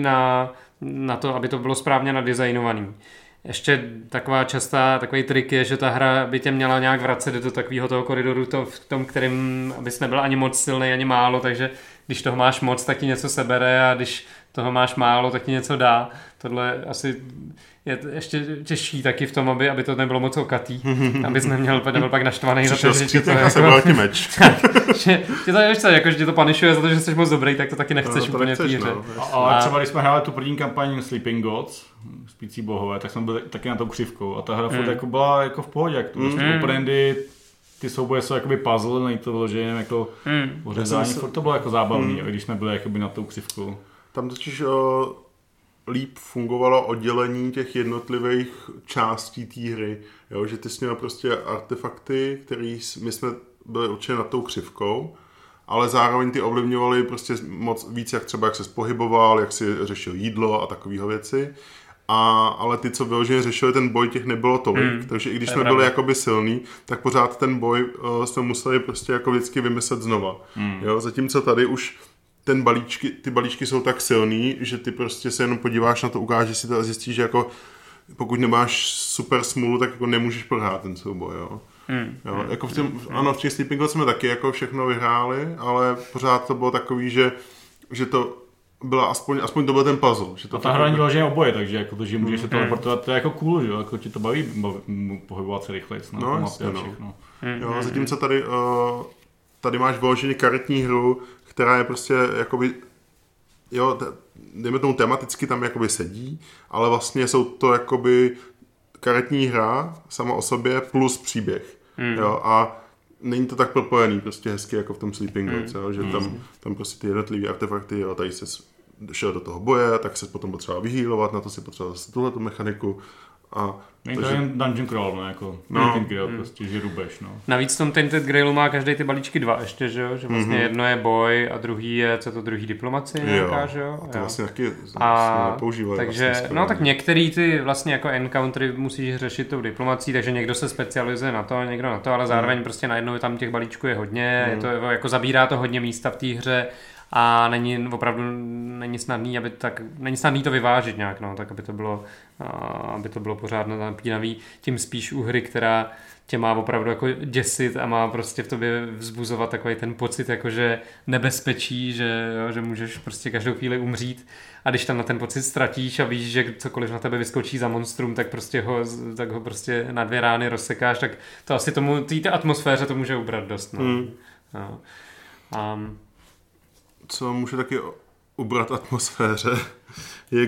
na to, aby to bylo správně nadizajnovaný. Ještě takový trik je, že ta hra by tě měla nějak vracet do takového toho koridoru, v tom, kterým abys nebyl ani moc silný, ani málo, takže když toho máš moc, tak ti něco sebere a když toho máš málo, tak ti něco dá. Tohle asi je ještě těžší taky v tom, aby to nebylo moc okatý, abys nebyl pak naštvaný za to, že ti to jako... meč. že ti to jako, že ti to panišuje za to, že jsi moc dobrý, tak to taky nechceš úplně v té hře. Ale třeba když jsme hráli tu první kampaň Sleeping Gods, Spící bohové, tak jsme byli taky na tou křivkou a ta hra furt jako byla jako v pohodě, jak to vlastně operandy, ty souboje jsou jakoby puzzle, není to vyloženě jako ořezání, furt to bylo jako zábavný, když jsme byli jakoby na tou křivkou. Tam totiž líp fungovalo oddělení těch jednotlivých částí té hry, jo? Že ty jsi měl prostě artefakty, které my jsme byli určitě nad tou křivkou, ale zároveň ty ovlivňovaly prostě moc víc, jak třeba jak se pohyboval, jak si řešil jídlo a takovéhle věci. Ale ty, co vyloženě řešili ten boj, těch nebylo tolik, takže i když jsme byli jakoby silný, tak pořád ten boj jsme museli prostě jako vždycky vymyslet znova. Jo? Zatímco tady už ty balíčky jsou tak silný, že ty prostě se jenom podíváš na to, ukážeš si to a zjistíš, že jako pokud nemáš super smůlu, tak jako nemůžeš prohrát ten souboj, jo. Jo? Jako v těch Sleeping Gods jsme taky jako všechno vyhráli, ale pořád to bylo takový, že to byla aspoň to byl ten puzzle. Že to a ta hra není vyloženě oboje, takže jako to, že můžeš se teleportovat, to je jako cool, že jo, jako ti to baví pohybovat se rychleji na mapě a všechno. Jo, zatímco tady máš vyloženě karetní hru, která je prostě jakoby, jo, dejme tomu tematicky tam jakoby sedí, ale vlastně jsou to jakoby karetní hra sama o sobě plus příběh. Jo, a není to tak propojený prostě hezky jako v tom Sleeping Gods, že tam prostě ty jednotlivé artefakty, jo, tady se šel do toho boje, tak se potom potřeba vyhýlovat, na to si potřeba zase tuhletu mechaniku. Není to jen Dungeon Crawl, no, jako Tainted Grail, prostě, že rubeš, no. Navíc v tom Tainted Grailu má každý ty balíčky 2 ještě, že jo? Že vlastně jedno je boj a druhý je, co to druhý diplomacie nějaká, že jo? A to vlastně taky nepoužívají. Takže, vlastně no tak některý ty vlastně jako encountery musíš řešit tou diplomací, takže někdo se specializuje na to, někdo na to, ale zároveň prostě najednou tam těch balíčků je hodně, je to, jako zabírá to hodně místa v té hře. A není snadný to vyvážit nějak, no, tak aby to bylo pořád napínavý, tím spíš u hry, která tě má opravdu jako děsit a má prostě v tobě vzbuzovat takový ten pocit, jakože nebezpečí, že můžeš prostě každou chvíli umřít a když tam na ten pocit ztratíš a víš, že cokoliv na tebe vyskočí za monstrum, tak ho prostě na 2 rány rozsekáš, tak to asi té atmosféře to může ubrat dost, no. No. Co může taky ubrat atmosféře, je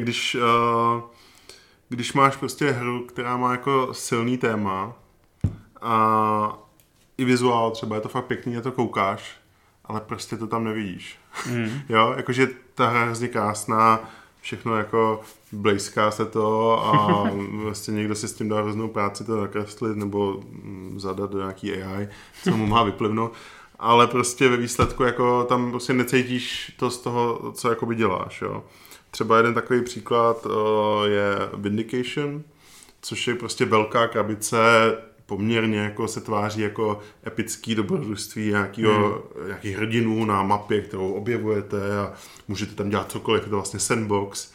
když máš prostě hru, která má jako silný téma a i vizuál třeba, je to fakt pěkný, je to koukáš, ale prostě to tam nevidíš. Jo, jakože ta hra je hrozně krásná, všechno jako blejská se to a vlastně někdo si s tím dá hroznou práci to nakreslit nebo zadat do nějaký AI, co mu má vyplivnout. Ale prostě ve výsledku jako tam prostě necítíš to z toho, co jakoby děláš. Jo. Třeba jeden takový příklad je Vindication, což je prostě velká krabice, poměrně jako se tváří jako epický dobrodružství nějakých hrdinů na mapě, kterou objevujete a můžete tam dělat cokoliv, je to vlastně sandbox.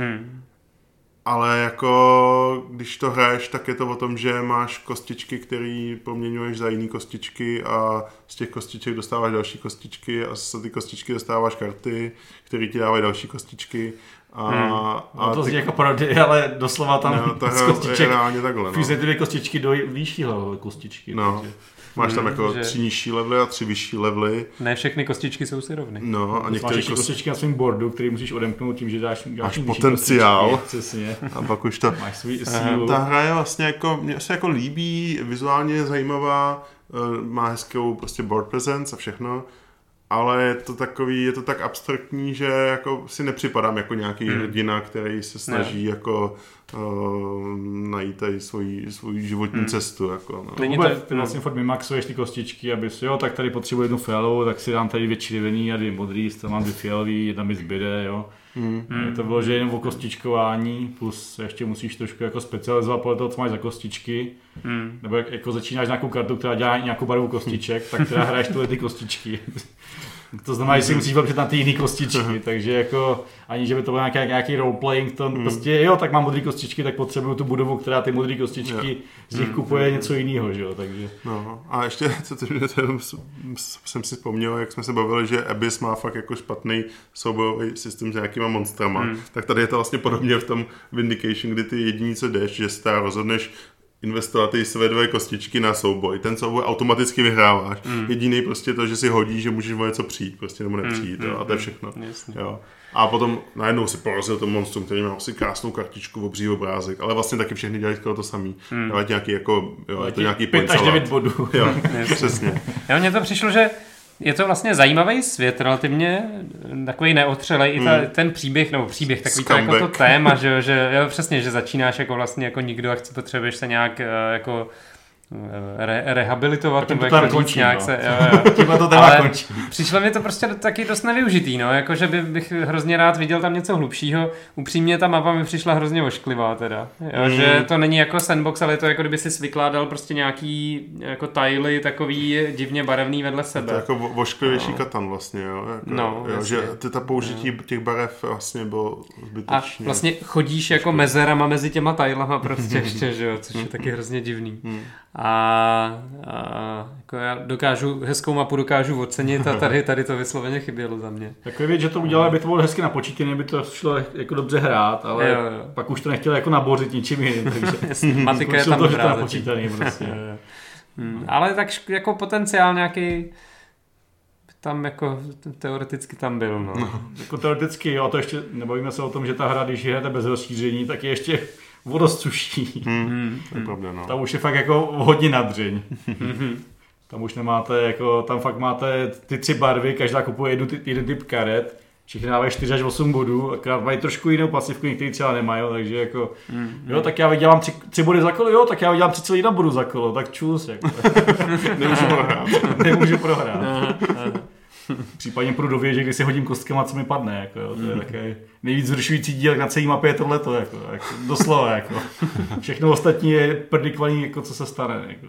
Ale jako když to hraješ, tak je to o tom, že máš kostičky, které proměňuješ za jiný kostičky a z těch kostiček dostáváš další kostičky a z ty kostičky dostáváš karty, které ti dávají další kostičky. A to zní jako parody, ale doslova tam z kostiček je reálně takhle. Fízne ty kostičky do výšší kostičky. No. Takže. Máš tam jako 3 nižší levely a 3 vyšší levely. Ne všechny kostičky jsou si rovny. No, a některé kostičky na svém boardu, který musíš odemknout tím, že dáš potenciál. Přesně. A pak už to. Máš svůj sílu. Ta hra je vlastně jako, mně se jako líbí, vizuálně je zajímavá, má hezkou prostě board presence a všechno. Ale je to tak abstraktní, že jako si nepřipadám jako nějaký hrdina, který se snaží jako najít tady svoji životní cestu. Jako, no. Ty vlastně furt mimaxuješ ty kostičky, aby si, tak tady potřebuji jednu fialovou, tak si dám tady 2 červený a 2 modrý, tam mám 2 fialový, jedna mi zbyde, jo. Je to bylo, že jen o kostičkování, plus ještě musíš trošku jako specializovat podle toho, co máš za kostičky. Nebo jako začínáš nějakou kartu, která dělá nějakou barvu kostiček, tak teda hraješ tyhle ty kostičky. To znamená, že si musíš vypřít na ty jiný kostičky, takže jako ani, že by to byl nějaký roleplaying, to prostě tak mám modrý kostičky, tak potřebuju tu budovu, která ty modrý kostičky z nich kupuje něco jiného, že jo, takže. No a ještě, jsem si vzpomněl, jak jsme se bavili, že Abyss má fakt jako špatný soubojový systém s nějakýma monstrama, tak tady je to vlastně podobně v tom Vindication, kdy ty jediný, co jdeš, že se rozhodneš investovat ty své 2 kostičky na souboj. Ten souboj automaticky vyhráváš. Jediný prostě to, že si hodí, že můžeš o něco přijít, prostě nebo nepřijít. A to je všechno. Jo. A potom najednou si porazil to monstrum, který má asi krásnou kartičku, obří obrázek, ale vlastně taky všechny dělají skoro to samý. Dávají nějaký jako, je to nějaký 5 až 9 bodů. Jo, přesně. Mně to přišlo, že je to vlastně zajímavý svět, relativně takový neotřelej, i ten příběh, takový to jako to téma, že přesně, že začínáš jako vlastně jako nikdo a potřebuješ se nějak jako rehabilitovat, nebo jako končí, nějak no. se, Tímhle to téma končí. Přišlo mi to prostě taky dost nevyužitý, no, jakože bych hrozně rád viděl tam něco hlubšího. Upřímně ta mapa mi přišla hrozně ošklivá teda, že to není jako sandbox, ale je to jako kdyby si vykládal prostě nějaký jako tajly takový divně barevný vedle sebe. To je jako ošklivější Katan vlastně, jo, jako, že ta použití těch barev vlastně bylo zbytečné. A vlastně chodíš jako mezerama mezi těma tajlama prostě ještě, že jo, což je taky hrozně divný. A jako já hezkou mapu dokážu ocenit a tady to vysloveně chybělo za mě. Takový věc, že to udělali, aby to bylo hezky napočítané, by to šlo jako dobře hrát, ale jo. Pak už to nechtěli jako nabořit ničím jiným, takže matika je tam dobrá napočítaný prostě. Ale tak jako potenciál nějaký tam jako teoreticky tam byl, no. Jako teoreticky, jo, to ještě nebavíme se o tom, že ta hra, když hrajete bez rozšíření, tak je ještě vodosuší. To je pravda, no. Tam už je fakt jako hodně nadřeň. Tam už nemáte, jako, tam fakt máte ty 3 barvy, každá kupuje jeden typ karet, všichni dávají 4 až 8 bodů, akorát mají trošku jinou pasivku, některý třeba nemají, takže jako, jo, tak já vydělám 3 body za kolo, jo, tak já vydělám 3,1 bodu za kolo, tak čus, jako. Nemůžu prohrát. Případně půjdu do věže, kdy si hodím kostkama, co mi padne, jako, jo. To je takový nejvíc zrušující díl na celý mapě je tohleto, jako doslova, jako. Všechno ostatní je predikovaný, jako co se stane, jako.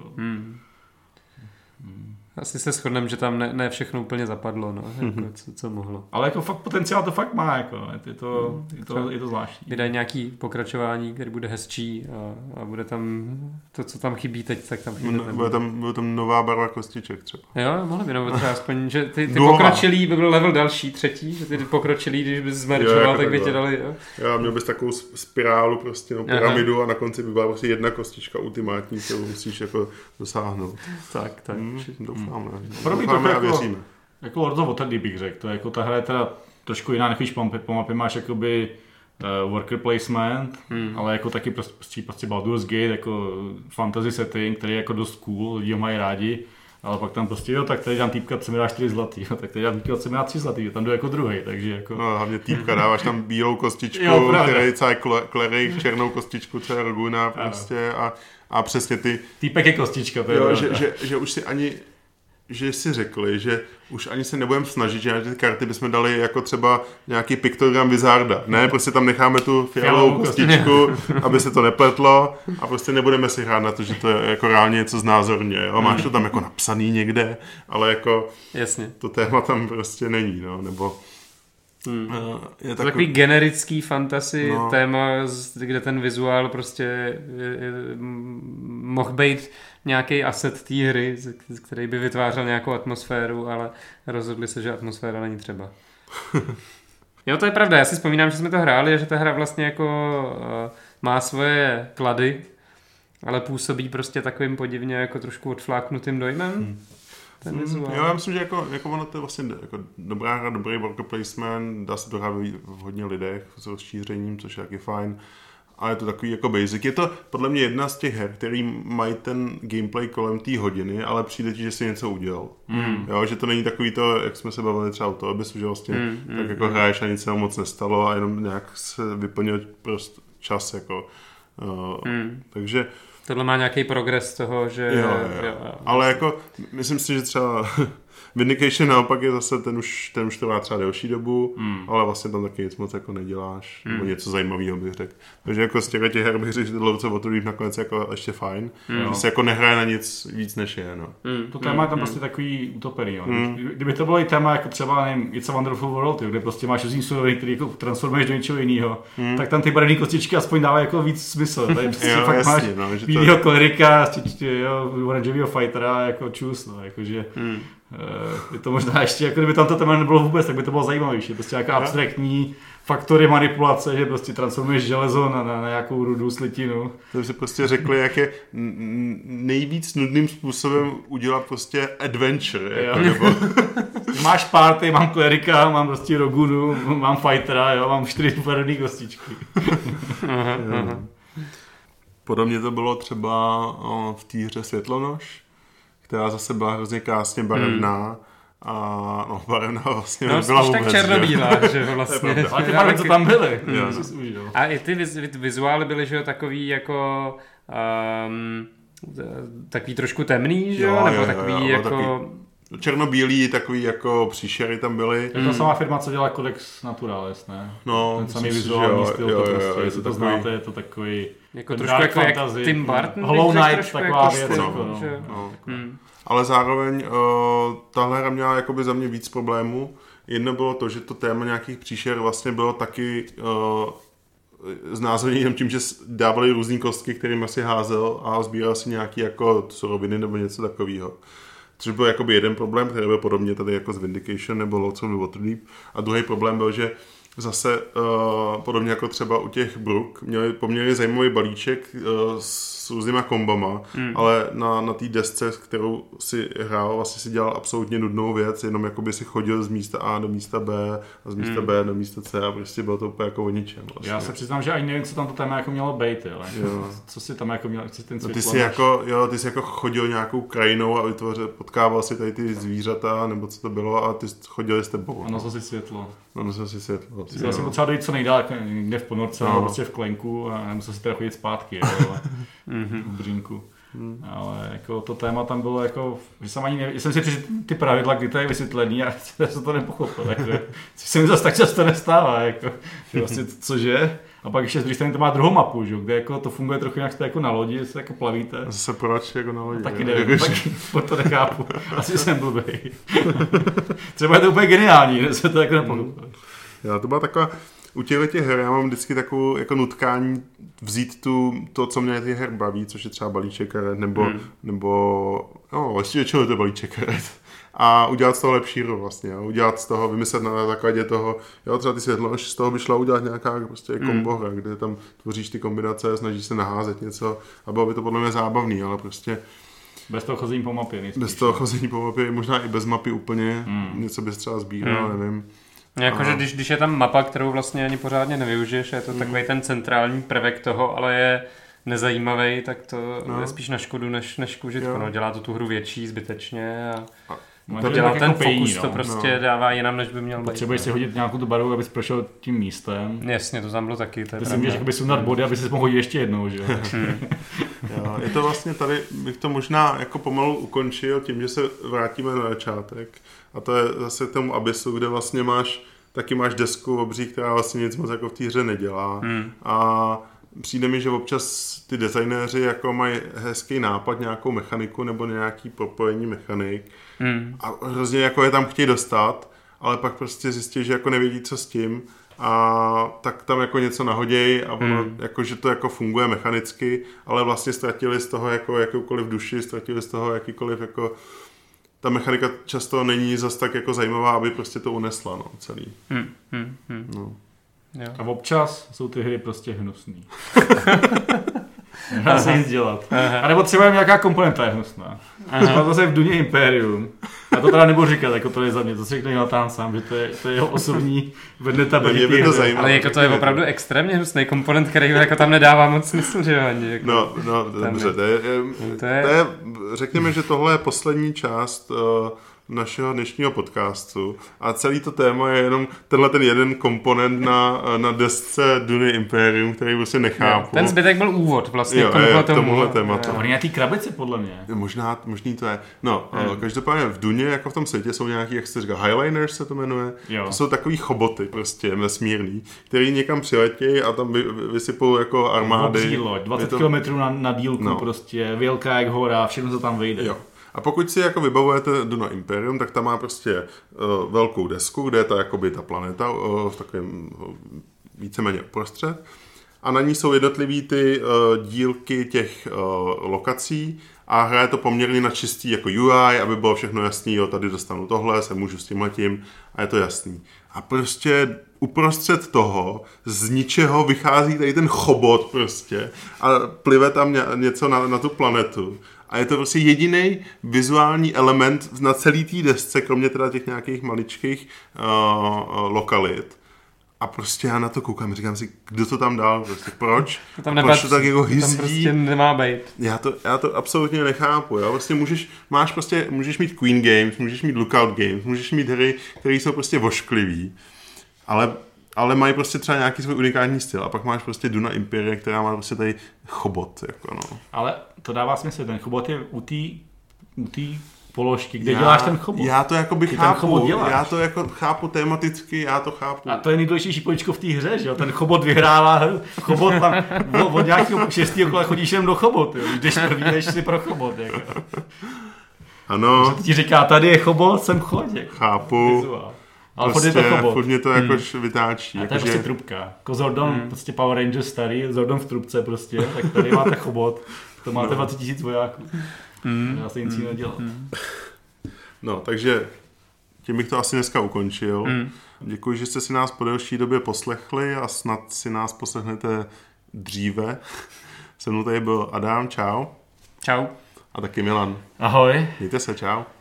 Asi se shodneme, že tam ne všechno úplně zapadlo, no, jako co mohlo. Ale jako fakt potenciál to fakt má, jako, je to zvláštní. Vydají nějaký pokračování, který bude hezčí a bude tam to, co tam chybí teď, tak tam chybí. Bude tam nová barva kostiček třeba. Jo, mohli by, nebo třeba aspoň, že ty pokročilý by byl level další, 3, že ty pokročilý, když bys zmerčoval, tak by tě dali, jo. Já měl bys takovou spirálu prostě, no, pyramidu a na konci by byla prostě jedna kostička ultimátní, kterou musíš jako dosáhnout. Tak. Doufáme a věříme. Jako Lords of Waterdeep bych řekl, to je jako ta hra je teda trošku jiná, než po mapě máš jakoby worker placement, ale jako taky prostě Baldur's Gate, jako fantasy setting, který je jako dost cool, lidi ho mají rádi. Ale pak tam prostě, jo, tak tady dám týpka, co mi dá 4 zlatý, jo, tak tady dám týpka, co mi dá 3 zlatý, tam jdu jako druhý, takže jako... No hlavně týpka, dáváš tam bílou kostičku, která je celý klerik, černou kostičku, co je Roguna prostě a přesně ty... Týpek je kostička, to je jo, že už si ani... že si řekli, že už ani se nebudeme snažit, že ty karty bychom dali jako třeba nějaký piktogram Wizarda. Ne, prostě tam necháme tu fialovou kostičku, aby se to nepletlo a prostě nebudeme si hrát na to, že to je jako reálně něco znázorně. Jo? Máš to tam jako napsaný někde, ale jako jasně. To téma tam prostě není, no, nebo... Je takový generický fantasy téma, kde ten vizuál prostě mohl být nějaký asset té hry, který by vytvářel nějakou atmosféru, ale rozhodli se, že atmosféra není třeba. Jo, to je pravda, já si vzpomínám, že jsme to hráli a že ta hra vlastně jako má svoje klady, ale působí prostě takovým podivně jako trošku odfláknutým dojmem. Jo, já myslím, že jako ono to je vlastně jako dobrá hra, dobrý worker placement, dá se to hrát v hodně lidech s rozšířením, což je taky fajn. A je to takový jako basic. Je to podle mě jedna z těch her, který mají ten gameplay kolem té hodiny, ale přijde ti, že si něco udělal. Jo, že to není takový to, jak jsme se bavili třeba o Abysu, že vlastně tak jako hraješ a nic se moc nestalo a jenom nějak se vyplnil prostě čas jako. Takže tohle má nějaký progres toho, že... Jo. Ale jako, myslím si, že třeba Vindication naopak je zase, ten už to má třeba delší dobu, ale vlastně tam taky nic moc jako neděláš, nebo něco zajímavého bych řekl. Takže jako z těchto her bych řekl, že to Lords of Waterdeep nakonec jako ještě fajn, že se jako nehraje na nic víc než je, no. To téma je tam prostě takový utopený, jo. Kdyby to bylo i téma jako třeba, nevím, It's a Wonderful World, jo, kde prostě máš různý suroviny, který jako transformuješ do něčeho jiného, tak tam ty barevné kostičky aspoň dávají jako víc smysl. Tady prostě fakt jasně, máš bílýho klerika, oranžovýho fightera, jako čus, no, jakože... Je to možná ještě, jako kdyby tam to téma nebylo vůbec, tak by to bylo zajímavější. Prostě nějaká abstraktní faktory manipulace, že prostě transformuješ železo na nějakou rudou slitinu. To by si prostě řekli, jak je nejvíc nudným způsobem udělat prostě adventure. Jako, nebo... Máš party, mám klerika, mám prostě Rogunu, mám fightera, jo, mám 4 barevné kostičky. Podobně to bylo třeba v té hře Světlonož, která zase byla hrozně krásně barevná a barevná vlastně byla vůbec. Tak černobílá, že vlastně. Ale ty barvy, co tam byly. A i ty vizuály byly, že jo, takový jako takový trošku temný, že jo, nebo takový jako... Takový černobílý, takový jako příšery tam byly. Je to samá firma, co dělá Codex Naturalis, ne? No, ten samý vizuální styl, to prostě, jestli to znáte, je to takový... Jako trošku jako jak Tim Burton. Hollow Knight, taková věc. Ale zároveň tahle hra měla jakoby za mě víc problémů. Jedno bylo to, že to téma nějakých příšer vlastně bylo taky znázornění jenom tím, že dávali různý kostky, kterým si házel a sbíral si nějaký jako suroviny nebo něco takového. Což byl jakoby jeden problém, který byl podobně tady jako z Vindication nebo Lords of Waterdeep. A druhý problém byl, že zase podobně jako třeba u těch Brook měli poměrně zajímavý balíček s různýma kombama, ale na té desce, kterou si hrál, vlastně si dělal absolutně nudnou věc, jenom jakoby si chodil z místa A do místa B a z místa B do místa C a prostě bylo to úplně jako o ničem. Vlastně. Já se přiznám, že ani nevím, co tam to téma jako mělo být, jo. Co si tam jako měl, ten ty jsi jako chodil nějakou krajinou a potkával si tady ty zvířata, nebo co to bylo a ty chodili s tebou. A nosil si světlo. Já jsem potřeboval dojít co nejdál, někde v ponorce, nebo prostě v klenku a nemusel si teda chodit zpátky, jo, v břínku. Ale jako to téma tam bylo jako, že jsem ani jsem si přečetl ty pravidla, kdy to je vysvětlený a já jsem to nepochopil, jako, což se mi zase tak často nestává, jako, že vlastně cože. A pak ještě z druhé strany to má druhou mapu, že? Kde jako to funguje trochu jinak, jste jako na lodi, se jako plavíte. Zase proč jako na lodi? Taky nevím, to nechápu. Asi jsem blbej. Třeba je to úplně geniální, že se to jako nepochopil. Já, to byla taková, u těch her já mám vždycky takovou jako nutkání vzít to, co mě ty her baví, což je třeba balíček karet, nebo ještě většinou je to balíček karet. A udělat z toho lepší hru vlastně, jo? Udělat z toho, vymyslet na základě toho, jo, třeba ty Světlonož, z toho by šla udělat nějaká prostě kombo hra, kde tam tvoříš ty kombinace, snažíš se naházet něco a bylo by to podle mě zábavný, ale prostě bez toho chození po mapě nejspíš. Bez toho chození po mapě, možná i bez mapy úplně, něco bys třeba sbíral, nevím. Jakože když je tam mapa, kterou vlastně ani pořádně nevyužiješ, je to takový ten centrální prvek toho, ale je nezajímavý, tak to je spíš na škodu než k užitku. No, dělá to tu hru větší zbytečně a to dělá ten jako fokus, to prostě dává jinam, než by měl být. Potřebuješ si hodit nějakou tu barvu, abys prošel tím místem. Jasně, to tam bylo taky. Ty si můžeš sundat body, aby si mohl hodit ještě jednou, že? Jo, je to vlastně tady, bych to možná jako pomalu ukončil tím, že se vrátíme na začátek. A to je zase k tomu Abyssu, kde vlastně máš desku obří, která vlastně nic moc jako v té hře nedělá. A přijde mi, že občas ty designéři jako mají hezký nápad, nějakou mechaniku nebo nějaký propojení mechanik a hrozně jako je tam chtějí dostat, ale pak prostě zjistí, že jako nevědí, co s tím a tak tam jako něco nahoděj a ono, jako, že to jako funguje mechanicky, ale vlastně ztratili z toho jako jakoukoliv duši, ztratili z toho jakýkoliv jako ta mechanika často není zas tak jako zajímavá, aby prostě to unesla, no, celý. No. Jo. A občas jsou ty hry prostě hnusný. Nedá se nic dělat. A nebo třeba nějaká komponenta je hnusná. Třeba zase v Duně Imperium. Já to teda nebudu říkat, jako to je za mě, to si řekne Jonatán sám, že to je jeho osobní vendeta. Ale jako to je opravdu extrémně hnusný komponent, který jako tam nedává moc smysl, že jo? Jako, no, dobře, to je, řekněme, že tohle je poslední část našeho dnešního podcastu a celý to téma je jenom tenhle ten jeden komponent na desce Duny Imperium, který prostě nechápu. Ten zbytek byl úvod vlastně k tomuhle tématu. To nějaký krabice podle mě. Možný to je. No, každopádně v Duně, jako v tom světě, jsou nějaký, jak se říká, Highliners se to jmenuje. Jo. To jsou takový choboty prostě vesmírný, který někam přiletějí a tam vysypou jako armády. 20 km na dílku prostě, velká jak hora, všechno to tam vyjde. Jo. A pokud si jako vybavujete Duna Imperium, tak tam má prostě velkou desku, kde je ta planeta v takovém víceméně uprostřed. A na ní jsou jednotlivý ty dílky těch lokací a hraje to poměrně na čistý jako UI, aby bylo všechno jasný, jo, tady dostanu tohle, se můžu s tímhletím a je to jasný. A prostě uprostřed toho z ničeho vychází tady ten chobot prostě a plive tam něco na tu planetu. A je to prostě jediný vizuální element na celý té desce, kromě teda těch nějakých maličkých lokalit. A prostě já na to koukám, říkám si, kdo to tam dal, prostě proč? Proč to tak jako hyzdí? Tam prostě nemá být. Já to absolutně nechápu, jo? Prostě můžeš mít Queen Games, můžeš mít Lookout Games, můžeš mít hry, které jsou prostě vošklivý, ale mají prostě třeba nějaký svůj unikátní styl a pak máš prostě Duna Imperium, která má prostě tady chobot, jako no. Ale to dává smysl, ten chobot je u té položky, kde děláš ten chobot. Já to jako bych chápu, já to jako chápu tematicky, já to chápu. A to je nejdůležitější poličko v té hře, že jo, ten chobot vyhrává hru, chobot tam od nějakého 6. kola chodíš jen do chobotu, jo, když první jdeš si pro chobot, jako. Ano. Že ti říká, tady je chobot, sem choď, jako. Chápu. Vizuál. Ale prostě, furt mě to jakož vytáčí. A to je prostě trubka. Jako Zordon, prostě Power Rangers starý, Zordon v trubce prostě, tak tady máte chobot, to máte 20 000 vojáků. Dá se nic jiného dělat. No, takže tím bych to asi dneska ukončil. Děkuji, že jste si nás po delší době poslechli a snad si nás poslechnete dříve. Se mnou tady byl Adam, čau. Čau. A taky Milan. Ahoj. Mějte se, čau.